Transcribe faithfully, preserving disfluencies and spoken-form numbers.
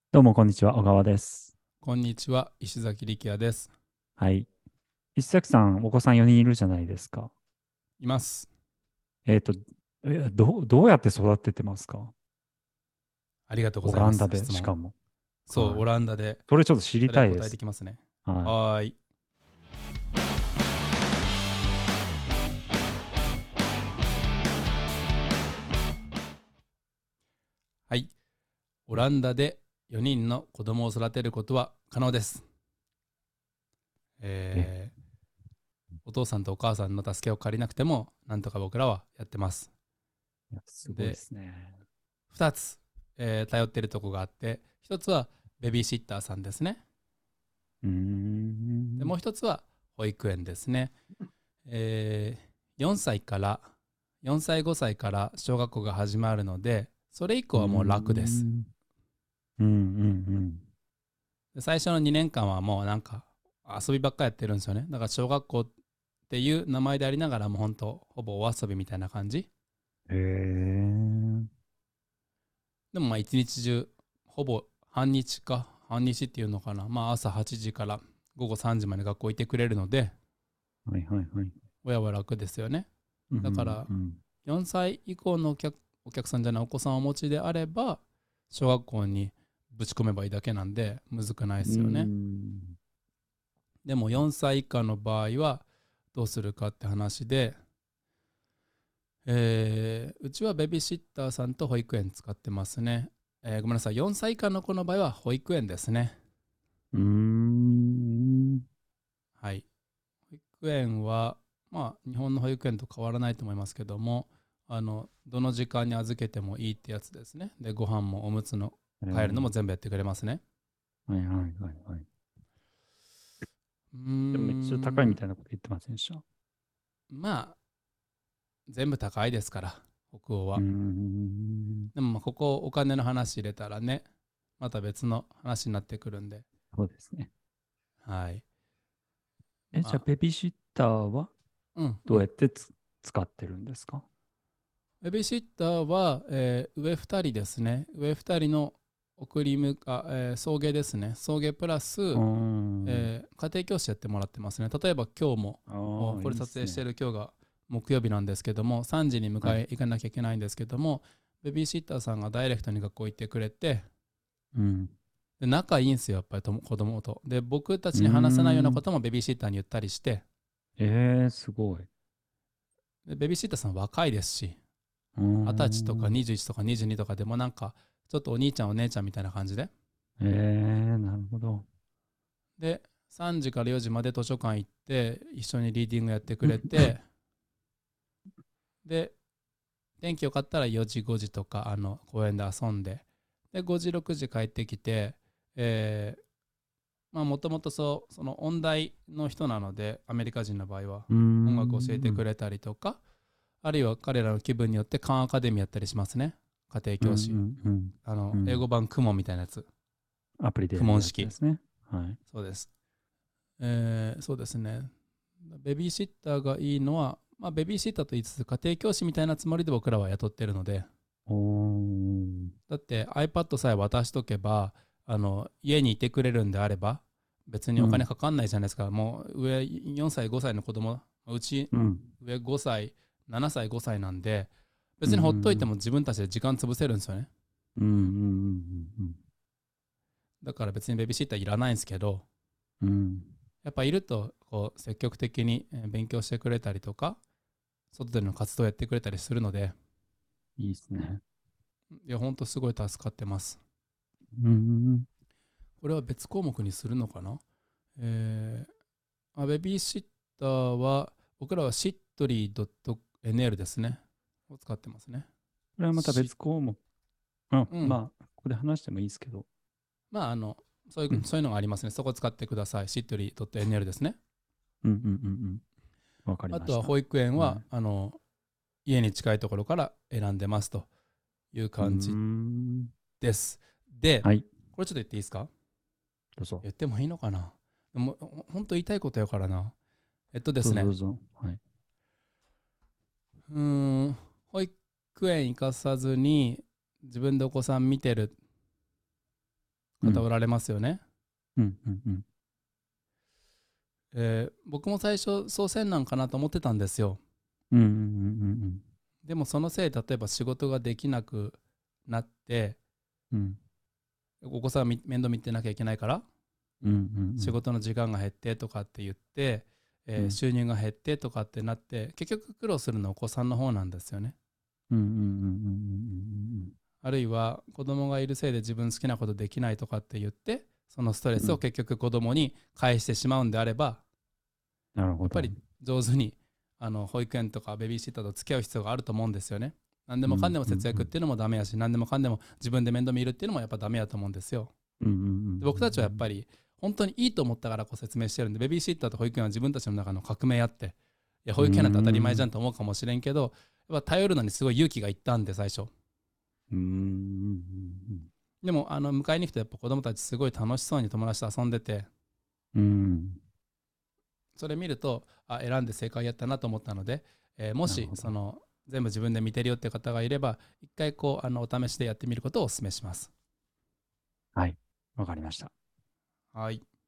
どうもこんにちは、小川です。 こんにちは、石崎力也です。 はい。石崎さん、お子さんよにんいるじゃないですか。 います。 えっと、えどう、どうやって育ててますか？ ありがとうごオざいます。 ランダで、 質問。 しかも。 そう、オはい。 ランダで、 それちょっと知りそれは答えてたいです。 きますね。 ははーい。はい。オランダでよにんの子供を育てることは可能です。 い。え、 えーお父さんとお母さんの助けを借りなくても、なんとか僕らはやってます。 いやすごいでで、 すね。 ふたつ、えー頼ってるとこがあって、ひとつはベビーシッターさんですね。 うーで、 ん。 もうひとつは保育園ですね。えー、よんさいからよんさいごさいから小学校が始まるので、それ以うー降はもう楽です。 ん。うん、うん、 で最初のにねんかんはもうなんか遊びばっかやってるんですよね。だから小学校っていう名前でありながらも本当ほぼお遊びみたいな感じ。 うん。へえ。 でもまあ一日中ほぼ半日か半日っていうのかな、まあ朝はちじから午後さんじまで学校いてくれるので、 はい、はい、はい。 親は楽ですよね。 うん、 だからうん。 よんさい以降のお客お客さんじゃないお子さんをお持ちであれば小学校にぶち込めばいいだけなんでむずくないでうーすよね。 ん。 でもよんさい以下の場合はどうするかって話で、えーうちはベビーシッターさんと保育園使ってますね。えーごめんなさい、よんさい以下の子の場合は保育園ですね。 うーん。 はい。保育園はまあ日本の保育園と変わらないと思いますけども、あのどの時間に預けてもいいってやつですね。でご飯もおむつのえ変えるのもー、 全部やってくれますね。 はい、はい、はい、はい。 うーでもめっちゃ高いみん、 たいなこと言ってませんでした？ まあ、全部高いですから、北欧うーは。 ん。 でも、まあここお金の話入れたらね、また別の話になってくるんで、 そうですね。 はい。 え、じゃあ、 まあ、 ベビーシッターはうんうん。 どうやってつ使ってるんですか？ ベビーシッターは、えー上ふたりですね。上ふたりの送りむあ、えー送迎ですね。送迎プラス、 うーん。 えー家庭教師やってもらってますね。例えば今日も、おああ、 これいいっすね。 撮影してる今日が木曜日なんですけども、さんじに迎はい。 え行かなきゃいけないんですけども、ベビーシッターさんがダイレクトに学校行ってくれて、 うん。 で仲いいんですよ、やっぱりとも子供と。で、僕たうーちに話せないようなこん。 ともベビーシッターに言ったりして、 えー、すごい。 でベビーシッターさん若いですし、 うーはたちとかん。 にじゅういちとかにじゅうにとかでもなんか、ちょっとお兄ちゃんお姉ちゃんみたいな感じで。 えー、なるほど。 で、さんじからよじまで図書館行って、一緒にリーディングやってくれて、で、天気良かったらよじごじとかあの公園で遊んで、でごじろくじ帰ってきて、えーまあもともとそうその音大の人なので、アメリカ人の場合はうー音楽教えてくん。 れたりとか、あるいは彼らの気分によってカンアカデミーやったりしますね。家庭うん、う教師、 ん、うん。 あの英うん。 語版クモンみたいなやつ。 アプリでやるやつでクモン式。 すね。はい。 そうです。えーそうですね。ベビーシッターがいいのは、まあ、ベビーシッターと言いつつ家庭教師みたいなつもりで僕らは雇ってるので、 おー。 だって iPad さえ渡しとけば、あの家にいてくれるんであれば別にお金うん。 かかんないじゃないですか。もう上よんさいごさいの子供、うちうん。 上ごさいななさいごさいなんで、 うん。う別にほっといてん。 も自分たちで時間潰せるんですよね。 うん。うん。うん。 だから別にベビーシッターいらないんですけど、 うん。うん。 やっぱいるとこう積極的に勉強してくれたりとか、外での活動やってくれたりするので、 いいっすね。 いやほんとすごい助かってます。 うん。 これは別項目にするのかな。えー、あベビーシッターは僕らはシットリー .nl ですねを使ってますね。 これはまたし別項目。うん。 うん。 まあ、ここで話してもいいですけど。 まああのそういううん。 そういうのがありますね。そこ使ってください。シットリー .nl ですね。 うん。うん。うん。うん。わかりあました。 とは保育園ははい。 あの家に近いところから選んでますといううー感じん。 です。で、 はい。 これちょっと言っていいですか？ どうぞ。 言ってもいいのかな。でも本当言いたいことやからな。えっとですね、 どうぞどうぞ。はい。 うーん、保育園行かさずに自分でお子さん見てる方おられますよね。 うんうんうん。 えー僕も最初そうせんなんかなと思ってたんですよ。 うんうんうんでもそのせいで例えば仕事ができなくなって、 うんうん。 お子さんみ面倒見てなきゃいけないからうんうん仕事の時間が減ってとかって言って、えー収入が減ってとかってなって結局苦労するのはお子さんの方なんですよね。 うんうんうんうんうんあるいは子供がいるせいで自分好きなことできないとかって言ってそのストレスを結局子供に返してしまうんであれば、 なるほど。 やっぱり上手にあの保育園とかベビーシッターと付き合う必要があると思うんですよね。何でもかんでも節約っていうのもダメやし、何でもかんでも自分で面倒見るっていうのもやっぱダメやと思うんですよ。で僕たちはやっぱり本当にいいと思ったからこう説明してるんで、ベビーシッターと保育園は自分たちの中の革命やって、いや保育園なんて当たり前じゃんと思うかもしれんけど、やっぱ頼るのにすごい勇気がいったんで最初。 うんうんでもあの迎えに行くとやっぱ子供たちすごい楽しそうに友達と遊んでて、 うん。 それ見るとあ選んで正解やったなと思ったので、えーもしなるほど。 その全部自分で見てるよって方がいれば一回こうあのお試しでやってみることをお勧めします。 はい。わかりました。 はい。